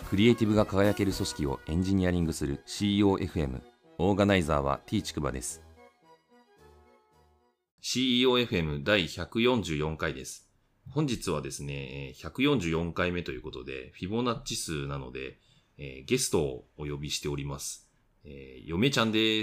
クリエイティブが輝ける組織をエンジニアリングする CEOFM。 オーガナイザーは T ちくばです。 CEOFM 第144回です。本日はですね、144回目ということでフィボナッチ数なので、ゲストをお呼びしております。嫁ちゃんです。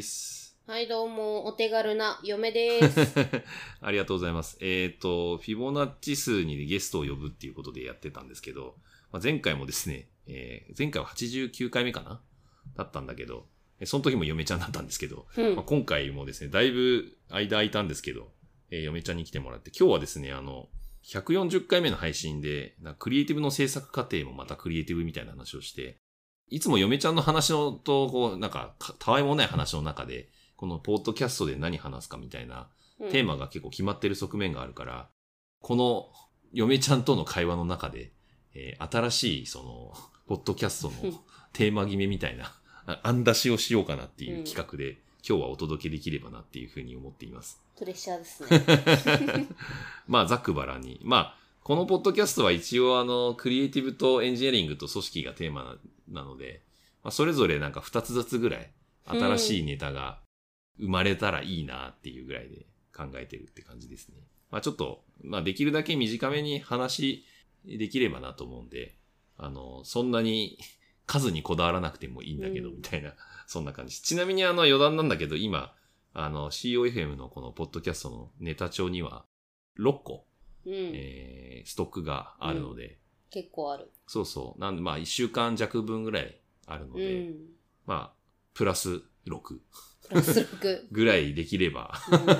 はいどうも、お手軽な嫁です。 ありがとうございます。フィボナッチ数にゲストを呼ぶっていうことでやってたんですけど、前回もですね、前回は89回目かなだったんだけど、その時も嫁ちゃんだったんですけど、今回もですね、だいぶ間空いたんですけど、嫁ちゃんに来てもらって、今日はですね、140回目の配信で、クリエイティブの制作過程もまたクリエイティブみたいな話をして、いつも嫁ちゃんの話のと、たわいもない話の中で、このポッドキャストで何話すかみたいなテーマが結構決まってる側面があるから、この嫁ちゃんとの会話の中で、新しいポッドキャストのテーマ決めみたいな、案出しをしようかなっていう企画で、今日はお届けできればなっていうふうに思っています。 プレッシャーですね。 ざっくばらんに。このポッドキャストは一応クリエイティブとエンジニアリングと組織がテーマなので、それぞれ2つずつぐらい新しいネタが生まれたらいいなっていうぐらいで考えてるって感じですね。ちょっと、できるだけ短めに話できればなと思うんで、そんなに数にこだわらなくてもいいんだけど、みたいな、そんな感じ。ちなみに余談なんだけど、今、COFM のこのポッドキャストのネタ帳には6個、ストックがあるので、 結構ある。 そうそう。なんで1週間弱分ぐらいあるので、プラス6。ぐらいできれば、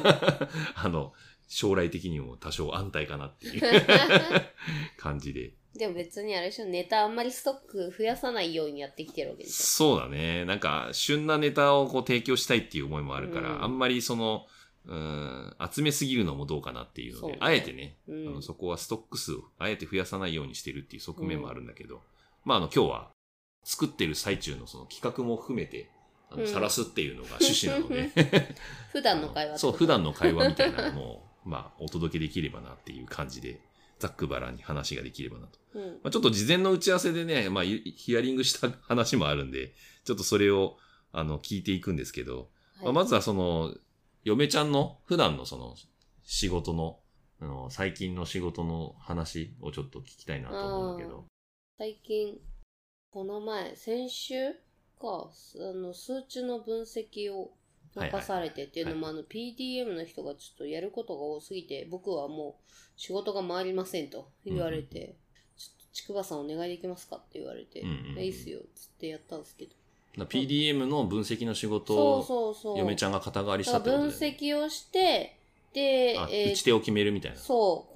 将来的にも多少安泰かなっていう感じで。 でも別にあれでしょ、ネタあんまりストック増やさないようにやってきてるわけでしょ。 そうだね。旬なネタを提供したいっていう思いもあるから、あんまり集めすぎるのもどうかなっていうので、ね、あえてね、そこはストック数をあえて増やさないようにしてるっていう側面もあるんだけど、今日は作ってる最中のその企画も含めて、晒すっていうのが趣旨なので普段の会話そう、普段の会話みたいなのを、お届けできればなっていう感じで、ざっくばらんに話ができればなと。ちょっと事前の打ち合わせでね、ヒアリングした話もあるんで、ちょっとそれを、聞いていくんですけど、はい、まずは嫁ちゃんの普段の仕事の、最近の仕事の話をちょっと聞きたいなと思うんだけど。 最近、この前、先週か、数値の分析を任されてっていうのも、PDM の人がちょっとやることが多すぎて、僕はもう仕事が回りませんと言われて、ちょっとちくばさんお願いできますかって言われて、いいっすよつってやったんですけど。 PDM の分析の仕事を嫁ちゃんが肩代わりしたってことだよね。 分析をして、で、 打ち手を決めるみたいな。 そう。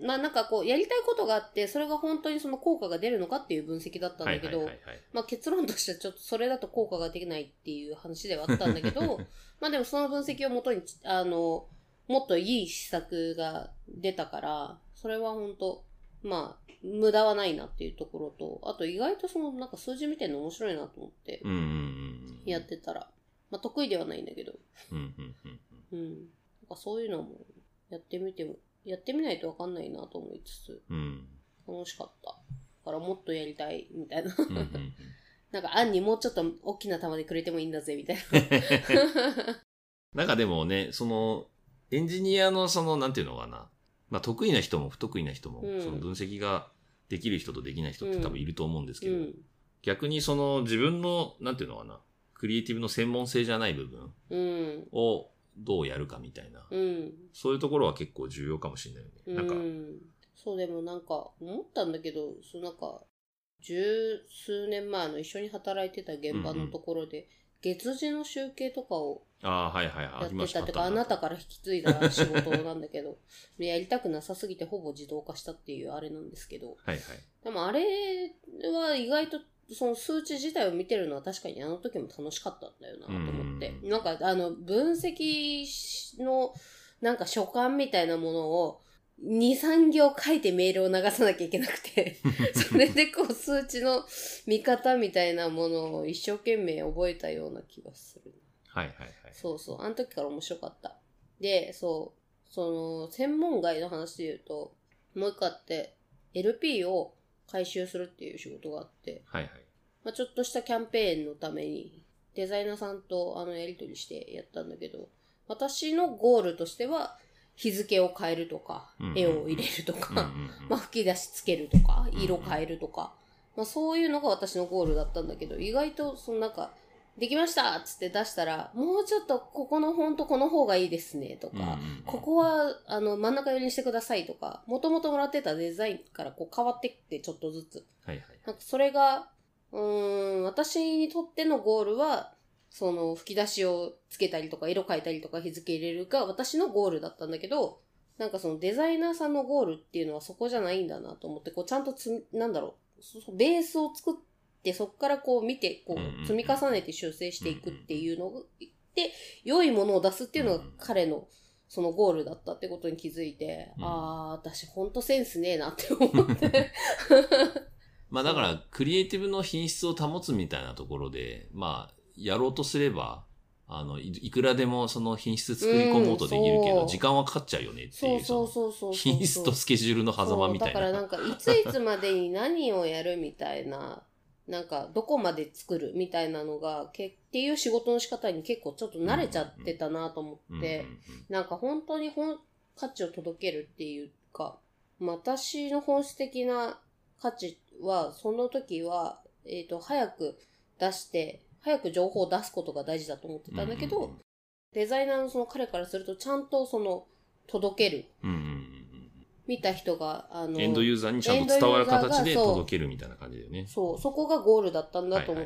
やりたいことがあって、それが本当にその効果が出るのかっていう分析だったんだけど、結論としてはちょっとそれだと効果ができないっていう話ではあったんだけど、でもその分析をもとに、もっといい施策が出たから、それは本当無駄はないなっていうところと、あと意外と数字見てるの面白いなと思って、やってたら、得意ではないんだけど、そういうのもやってみないと分かんないなと思いつつ、楽しかった。だからもっとやりたいみたいな。案にもうちょっと大きな玉でくれてもいいんだぜみたいな。でもね、エンジニアのなんていうのかな。得意な人も不得意な人も、その分析ができる人とできない人って多分いると思うんですけど、逆に自分の、なんていうのかな、クリエイティブの専門性じゃない部分をどうやるかみたいな、そういうところは結構重要かもしれないよね。 そう、でも思ったんだけど、十数年前の一緒に働いてた現場のところで、月次の集計とかをやってたってか、あなたから引き継いだ仕事なんだけど、やりたくなさすぎてほぼ自動化したっていうあれなんですけど、でもあれは意外とその数値自体を見てるのは確かにあの時も楽しかったんだよなと思って、分析の所感みたいなものを2、3行書いてメールを流さなきゃいけなくてそれで数値の見方みたいなものを一生懸命覚えたような気がする。そうそう、あの時から面白かった。で、専門外の話で言うと、もう一個あって、LP を回収するっていう仕事があって、 まあ、ちょっとしたキャンペーンのために、デザイナーさんとやり取りしてやったんだけど、私のゴールとしては、日付を変えるとか、絵を入れるとか、まあ吹き出しつけるとか、色変えるとか、まあそういうのが私のゴールだったんだけど、意外とできましたっつって出したら、もうちょっとここのフォントこの方がいいですねとか、ここは真ん中寄りにしてくださいとか、もともともらってたデザインからこう変わってきてちょっとずつ。なんかそれが、私にとってのゴールは、その吹き出しをつけたりとか色変えたりとか日付入れるが私のゴールだったんだけど、なんかそのデザイナーさんのゴールっていうのはそこじゃないんだなと思って、こうちゃんとベースを作ってそこからこう見て、こう積み重ねて修正していくっていうので、良いものを出すっていうのが彼のそのゴールだったってことに気づいて、私ほんとセンスねえなって思って。 まあだからクリエイティブの品質を保つみたいなところで、まあやろうとすれば、いくらでもその品質作り込もうとできるけど、時間はかかっちゃうよねっていう。品質とスケジュールの狭間みたいな。 だからいついつまでに何をやるみたいな、どこまで作るみたいなのが、っていう仕事の仕方に結構ちょっと慣れちゃってたなと思って、本当に価値を届けるっていうか、私の本質的な価値は、その時は、早く出して、早く情報を出すことが大事だと思ってたんだけど、デザイナーのその彼からするとちゃんと届ける。見た人が、 エンドユーザーにちゃんと伝わる形で届けるみたいな感じだよね。 そこがゴールだったんだと思って、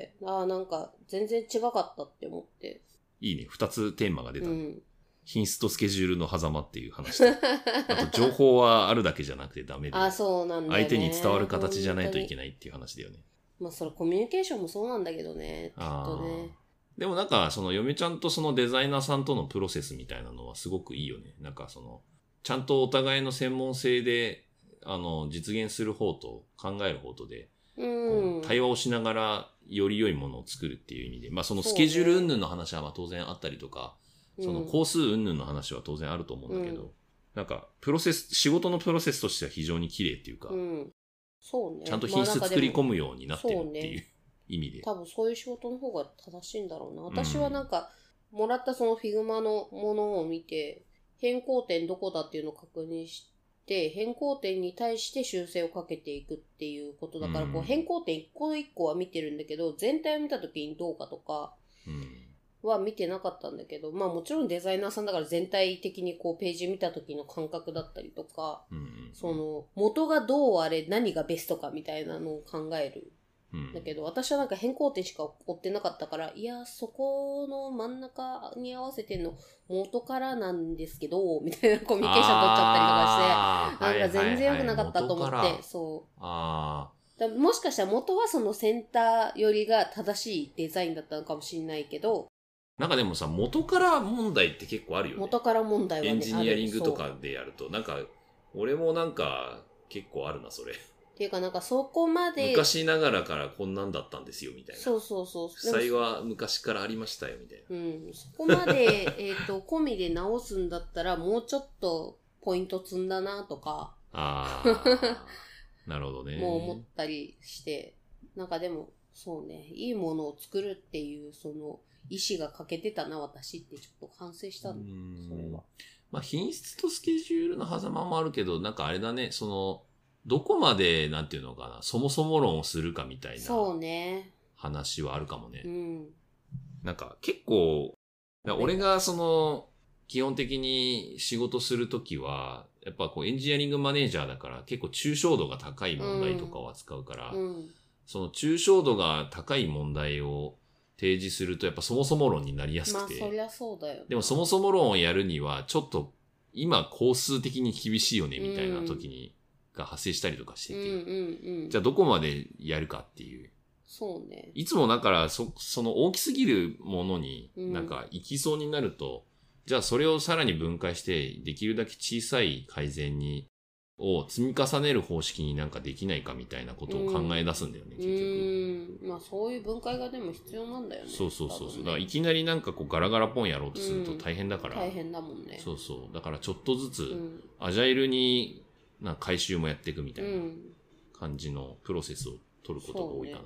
全然違かったって思って。 いいね。2つテーマが出たね。品質とスケジュールの狭間っていう話と。あと情報はあるだけじゃなくてダメで。 そうなんだよね。 相手に伝わる形じゃないといけないっていう話だよね。 まあそれコミュニケーションもそうなんだけどね。きっとね。 でもその嫁ちゃんとそのデザイナーさんとのプロセスみたいなのはすごくいいよね。ちゃんとお互いの専門性で、実現する方と考える方とで、対話をしながらより良いものを作るっていう意味で、まあそのスケジュール云々の話はまあ当然あったりとか、その工数云々の話は当然あると思うんだけど、仕事のプロセスとしては非常に綺麗っていうか、 そうね。 ちゃんと品質作り込むようになってるっていう意味で。 多分そういう仕事の方が正しいんだろうな。私はもらったそのフィグマのものを見て、変更点どこだっていうのを確認して、変更点に対して修正をかけていくっていうことだから、変更点一個一個は見てるんだけど、全体を見た時にどうかとかは見てなかったんだけど、まあもちろんデザイナーさんだから全体的にこうページ見た時の感覚だったりとか、元がどうあれ何がベストかみたいなのを考える。だけど私は変更点しか追ってなかったから、いや、そこの真ん中に合わせてんの元からなんですけど、みたいなコミュニケーション取っちゃったりとかして、全然良くなかったと思って、もしかしたら元はそのセンター寄りが正しいデザインだったのかもしれないけど、 でもさ、元から問題って結構あるよね。 元から問題はね。 エンジニアリングとかでやると、俺も結構あるな、それ。 っていうかそこまで。 昔ながらからこんなんだったんですよ、みたいな。 そう。 負債は昔からありましたよ、みたいな。そこまで、込みで直すんだったら、もうちょっとポイント積んだな、とか。 なるほどね。 もう思ったりして。でも、そうね、いいものを作るっていう、意志が欠けてたな、私ってちょっと反省したの。それは。 まあ、品質とスケジュールの狭間もあるけど、あれだね、どこまで、なんていうのかな、そもそも論をするかみたいな。 そうね。 話はあるかもね。結構、 うん、 俺が基本的に仕事するときは、やっぱエンジニアリングマネージャーだから結構抽象度が高い問題とかを扱うから、その抽象度が高い問題を提示するとやっぱそもそも論になりやすくて。 まあそりゃそうだよ。 でもそもそも論をやるにはちょっと今工数的に厳しいよねみたいな時に、が発生したりとかしてて、じゃあどこまでやるかっていう。 そうね。 いつもだからその大きすぎるものに行きそうになると、じゃあそれをさらに分解してできるだけ小さい改善を積み重ねる方式にできないかみたいなことを考え出すんだよね、結局。まあそういう分解がでも必要なんだよね。 そう。だからいきなりガラガラポンやろうとすると大変だから。 大変だもんね。 そう。だからちょっとずつ、アジャイルに回収もやっていくみたいな感じのプロセスを取ることが多いかな。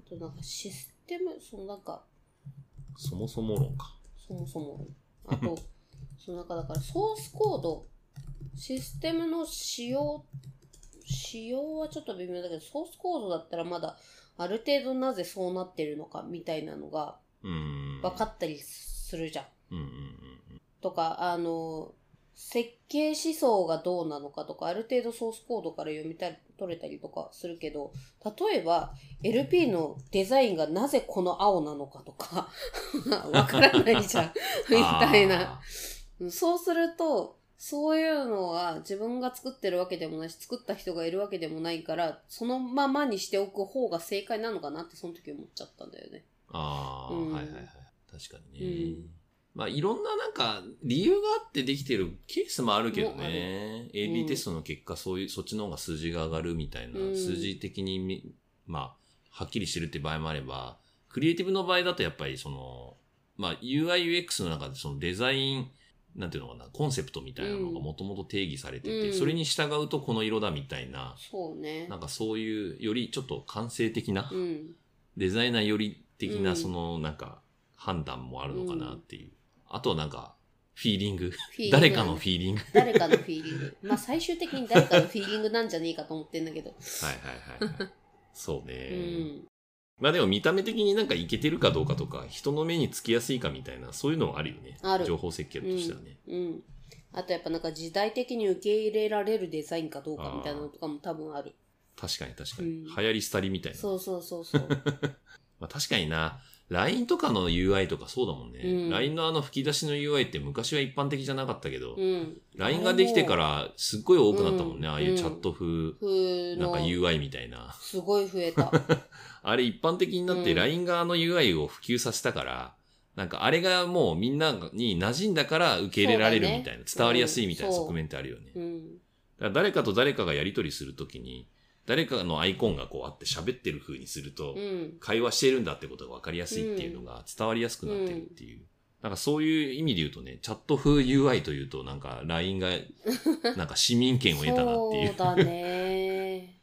となんかシステム、なんか、 そもそも論か。 そもそも論。あと、なんかだからソースコード、システムの仕様はちょっと微妙だけど、ソースコードだったらまだある程度なぜそうなってるのかみたいなのが分かったりするじゃん。とか、設計思想がどうなのかとか、ある程度ソースコードから読み取れたりとかするけど、例えば LP のデザインがなぜこの青なのかとかわからないじゃんみたいな。そうすると、そういうのは自分が作ってるわけでもないし、作った人がいるわけでもないから、そのままにしておく方が正解なのかなってその時思っちゃったんだよね。 はいはいはい。確かにね。まあいろんななんか理由があってできてるケースもあるけどね。AB テストの結果そっちの方が数字が上がるみたいな、数字的にまあはっきりしてるって場合もあれば、クリエイティブの場合だとやっぱりまあ UI/UX の中でそのデザイン、なんていうのかな、コンセプトみたいなのがもともと定義されてて、それに従うとこの色だみたいな、 そうね。 なんかそういうよりちょっと感性的な、デザイナーより的ななんか判断もあるのかなっていう。あとはなんか、フィーリング。誰かのフィーリング。 誰かのフィーリング。まあ最終的に誰かのフィーリングなんじゃねえかと思ってんだけど。 はいはいはい。そうね。まあでも見た目的になんかいけてるかどうかとか、人の目につきやすいかみたいな、そういうのはあるよね。 ある。 情報設計としてはね。 あとやっぱなんか時代的に受け入れられるデザインかどうかみたいなのとかも多分ある。 確かに確かに。流行り廃りみたいな。 そう。 まあ確かにな。LINE とかの UI とかそうだもんね。LINE の吹き出しの UI って昔は一般的じゃなかったけど、LINE ができてからすっごい多くなったもんね。ああいうチャット風、なんか UI みたいな。 すごい増えた。 あれ一般的になって LINE 側の UI を普及させたから、なんかあれがもうみんなに馴染んだから受け入れられるみたいな、伝わりやすいみたいな側面ってあるよね。だから誰かと誰かがやり取りするときに、誰かのアイコンがこうあって喋ってる風にすると、会話しているんだってことが分かりやすいっていうのが伝わりやすくなってるっていう。なんかそういう意味で言うとね、チャット風 UI というとなんか LINE がなんか市民権を得たなっていう。 そうだね。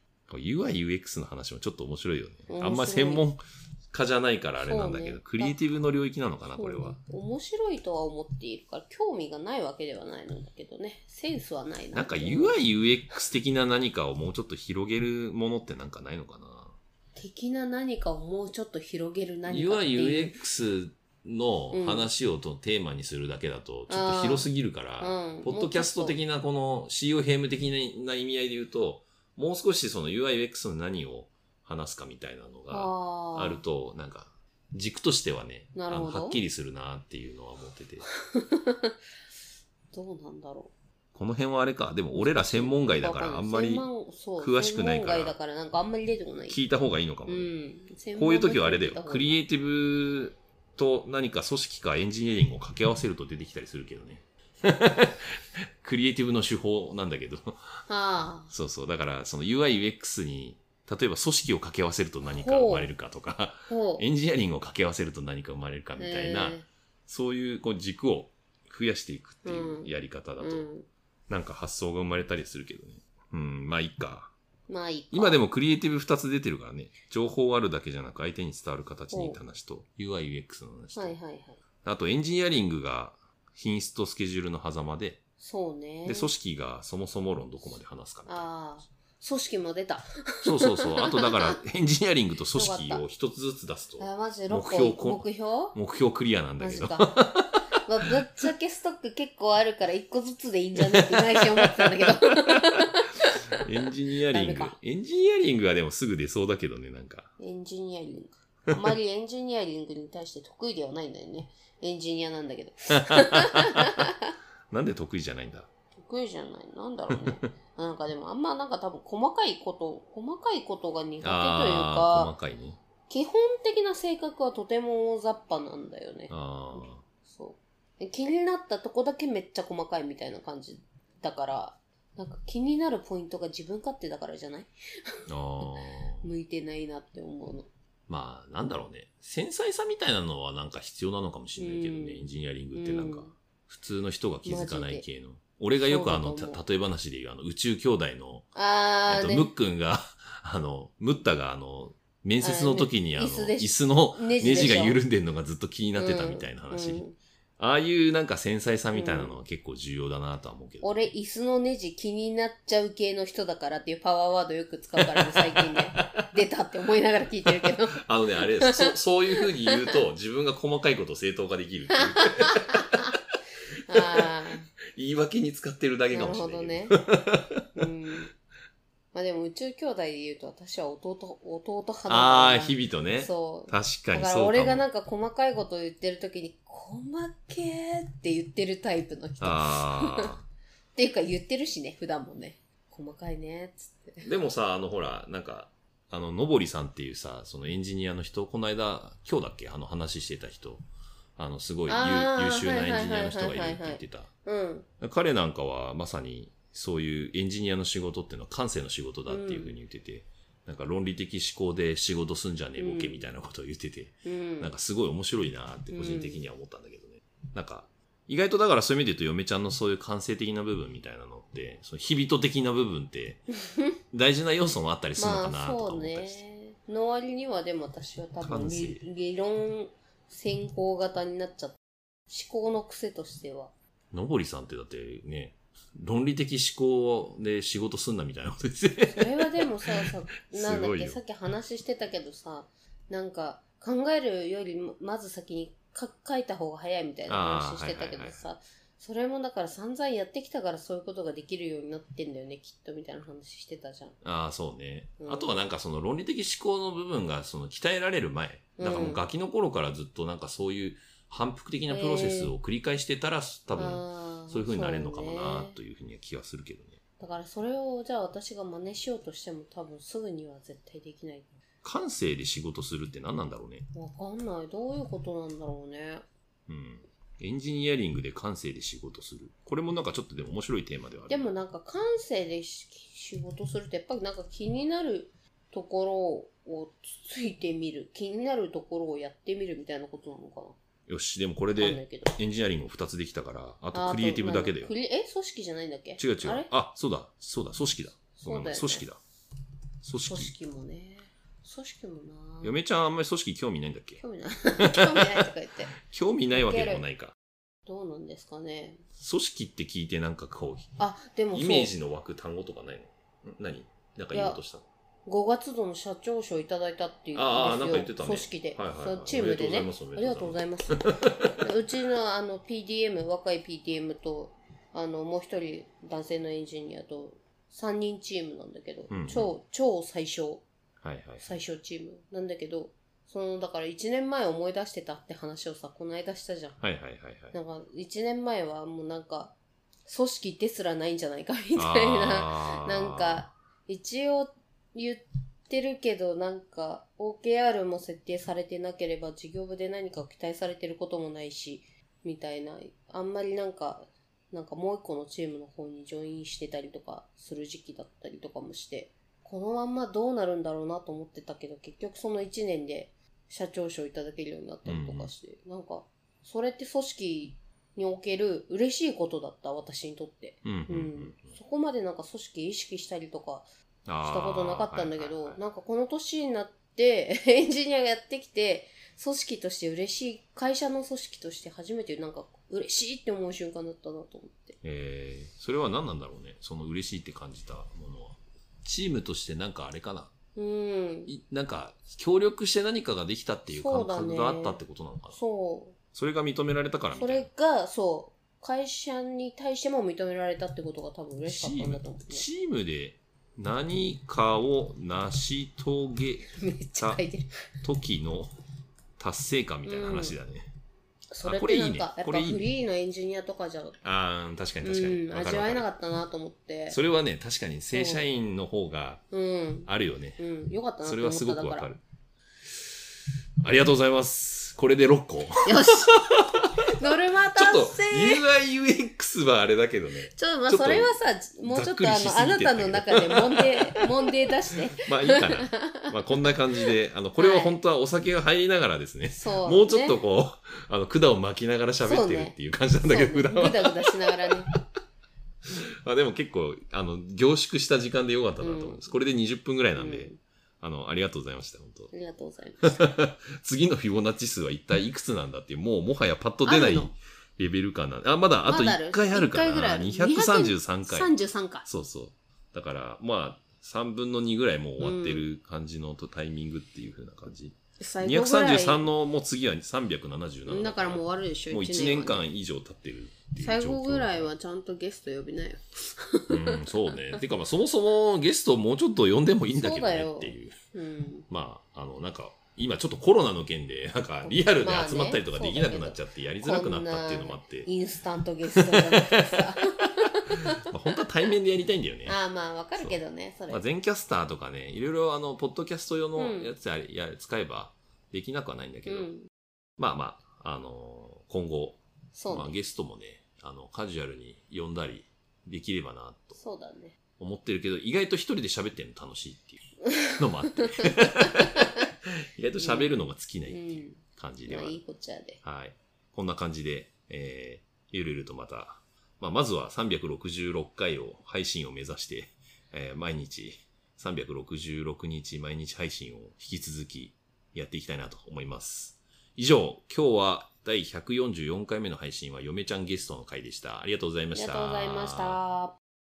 UI/UX の話もちょっと面白いよね。あんま専門家じゃないからあれなんだけど、クリエイティブの領域なのかな、これは。 面白いとは思っているから、興味がないわけではないのだけどね。センスはないな。 なんか UI/UX 的な何かをもうちょっと広げるものってなんかないのかな。 的な何かをもうちょっと広げる何か。UI/UX の話をテーマにするだけだと、ちょっと広すぎるから、ポッドキャスト的なこの CEO ヘイム的な意味合いで言うと、もう少しその UI/UX の何を話すかみたいなのがあると、なんか、軸としてはね、はっきりするなっていうのは思ってて。 どうなんだろう。この辺はあれか。でも俺ら専門外だからあんまり詳しくないから。 専門外だからなんかあんまり出てこない。 聞いた方がいいのかもね。こういう時はあれだよ。クリエイティブと何か組織かエンジニアリングを掛け合わせると出てきたりするけどね。クリエイティブの手法なんだけど。そうそう。だからその UI/UX に例えば組織を掛け合わせると何か生まれるかとか、エンジニアリングを掛け合わせると何か生まれるかみたいな、そういう軸を増やしていくっていうやり方だと、なんか発想が生まれたりするけどね。まあいいか。今でもクリエイティブ2つ出てるからね。情報あるだけじゃなく相手に伝わる形にいた話と、UI/UX の話と。あとエンジニアリングが品質とスケジュールの狭間で、 そうね。 で、組織がそもそも論どこまで話すかみたいな。 組織も出た。 そう。あとだから、エンジニアリングと組織を一つずつ出すと。 マジで目標クリアなんだけど。 まあ、ぶっちゃけストック結構あるから一個ずつでいいんじゃないって内心思ってたんだけど。 エンジニアリングはでもすぐ出そうだけどね、なんか。 エンジニアリング。あまりエンジニアリングに対して得意ではないんだよね。エンジニアなんだけど。 なんで得意じゃないんだ？ 得意じゃない。なんだろうね。なんかでもあんまなんか多分細かいことが苦手というか、 細かいね。 基本的な性格はとても大雑把なんだよね。そう。気になったとこだけめっちゃ細かいみたいな感じだから、なんか気になるポイントが自分勝手だからじゃない？向いてないなって思うの。 まあ、なんだろうね。繊細さみたいなのはなんか必要なのかもしれないけどね。エンジニアリングってなんか、普通の人が気づかない系の。俺がよく例え話で言う宇宙兄弟の、ムックンが、ムッタが面接の時に椅子のネジが緩んでるのがずっと気になってたみたいな話。ああいうなんか繊細さみたいなのは結構重要だなとは思うけど。 俺、椅子のネジ気になっちゃう系の人だからっていうパワーワードよく使うからね、最近ね。出たって思いながら聞いてるけど。 あれです。そういう風に言うと、自分が細かいことを正当化できるっていう。言い訳に使ってるだけかもしれない。なるほどね。 まあでも宇宙兄弟で言うと私は弟派だから。 ああ、日々とね。 そう。 確かにそうかも。 だから俺がなんか細かいことを言ってるときに、細けーって言ってるタイプの人。っていうか言ってるしね、普段もね。細かいね、つって。 でもさ、ほら、なんか、のぼりさんっていうさ、そのエンジニアの人、この間、今日だっけ話してた人。すごい優秀なエンジニアの人がいるって言ってた。彼なんかはまさに、そういうエンジニアの仕事っていうのは感性の仕事だっていうふうに言ってて、なんか論理的思考で仕事すんじゃねえボケみたいなことを言ってて、なんかすごい面白いなって個人的には思ったんだけどね。なんか、意外とだからそういう意味で言うと嫁ちゃんのそういう感性的な部分みたいなのって、その日々的な部分って大事な要素もあったりするのかなとか思ったりして。 そうね。の割にはでも私は多分理論先行型になっちゃった。思考の癖としては。 のぼりさんってだってね、論理的思考で仕事すんなみたいなことですね。 それはでもさ、なんだっけ、さっき話してたけどさ、なんか考えるよりまず先に書いた方が早いみたいな話してたけどさ、それもだから散々やってきたからそういうことができるようになってんだよね、きっとみたいな話してたじゃん。 ああ、そうね。あとはなんかその論理的思考の部分がその鍛えられる前、だからもうガキの頃からずっとなんかそういう反復的なプロセスを繰り返してたら多分、そういう風になれるのかもなというふうには気がするけどね。 だからそれをじゃあ私が真似しようとしても多分すぐには絶対できない。 感性で仕事するって何なんだろうね。 わかんない。どういうことなんだろうね。 エンジニアリングで感性で仕事する。これもなんかちょっとでも面白いテーマではある。 でもなんか感性で仕事するってやっぱりなんか気になるところをついてみる。気になるところをやってみるみたいなことなのかな。 よし、でもこれでエンジニアリング2つできたから、あとクリエイティブだけだよ。 組織じゃないんだっけ？ 違う。そうだ、組織だ。 そうだよね。 組織だ。組織もね。組織もな。 嫁ちゃんあんまり組織興味ないんだっけ？ 興味ない。興味ないとか言って。 興味ないわけでもないか。 どうなんですかね。 組織って聞いてなんかこう、 でもイメージの湧く単語とかないの？何？なんか言おうとしたの ？5月度の社長賞いただいたっていうんですよ。 なんか言ってたね。 組織で。チームでね。ありがとうございます。うちのPDM、若い PDM と、もう一人男性のエンジニアと、3人チームなんだけど、超最小。最小チームなんだけど、だから1年前思い出してたって話をさ、この間したじゃん。なんか、1年前はもうなんか、組織ですらないんじゃないかみたいな、なんか、一応、言ってるけどなんか OKR も設定されてなければ事業部で何かを期待されてることもないしみたいな、あんまりなんかもう一個のチームの方にジョインしてたりとかする時期だったりとかもして、このまんまどうなるんだろうなと思ってたけど、結局その1年で社長賞いただけるようになったりとかして、なんかそれって組織における嬉しいことだった、私にとって。そこまでなんか組織意識したりとかしたことなかったんだけど、なんかこの年になってエンジニアがやってきて、組織として嬉しい、会社の組織として初めてなんか嬉しいって思う瞬間だったなと思って。 それは何なんだろうね、その嬉しいって感じたものは。チームとしてなんかあれかな。なんか協力して何かができたっていう感覚があったってことなのかな。それが認められたからみたいな。 それが会社に対しても認められたってことが多分嬉しかったんだと思う、ね。 チームで何かを成し遂げた時の達成感みたいな話だね。 それってなんかやっぱフリーのエンジニアとかじゃ確かに味わえなかったなと思って。 それはね、確かに正社員の方があるよね。 よかったなと思った。 それはすごくわかる。ありがとうございます。これで6個。よしノルマ達成。ちょっと UI/UX はあれだけどね。 それはさ、もうちょっとあなたの中で問題出して。 まあいいかな。こんな感じで、これは本当はお酒が入りながらですね。もうちょっとこう、管を巻きながら喋ってるっていう感じなんだけど、普段は。 ぐだぐだしながらね。 でも結構、凝縮した時間でよかったなと思います。これで20分ぐらいなんで、 ありがとうございました、本当。 ありがとうございました。 次のフィボナッチ数は一体いくつなんだっていう、もはやパッと出ないレベル感なんで。まだあと1回あるかな。 1回ぐらいある。 233回。 33か。 そうそう。だから、3分の2ぐらいもう終わってる感じのタイミングっていう風な感じ。233のもう次は377。 だからもう終わるでしょ。 もう1年間以上経ってるっていう状況。 最後ぐらいはちゃんとゲスト呼びなよ。 そうね。てかそもそもゲストもうちょっと呼んでもいいんだけどねっていう。なんか、今ちょっとコロナの件で、なんかリアルで集まったりとかできなくなっちゃってやりづらくなったっていうのもあって。 インスタントゲストじゃなくてさ。 本当は対面でやりたいんだよね。 わかるけどね、それ。 全キャスターとかね、いろいろポッドキャスト用のやつ使えばできなくはないんだけど、今後、ゲストもね、カジュアルに呼んだりできればなと。 そうだね。 思ってるけど、意外と一人で喋ってるの楽しいっていうのもあって。意外と喋るのが尽きないっていう感じでは。 いいこっちゃで。 はい。こんな感じで、ゆるゆるとまた、まずは366回を配信を目指して、毎日366日毎日配信を引き続きやっていきたいなと思います。以上、今日は第144回目の配信は嫁ちゃんゲストの回でした。ありがとうございました。 ありがとうございました。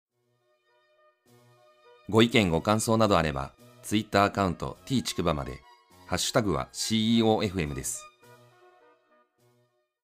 ご意見ご感想などあれば、Twitter アカウント t ちくばまで、ハッシュタグは CEOFM です。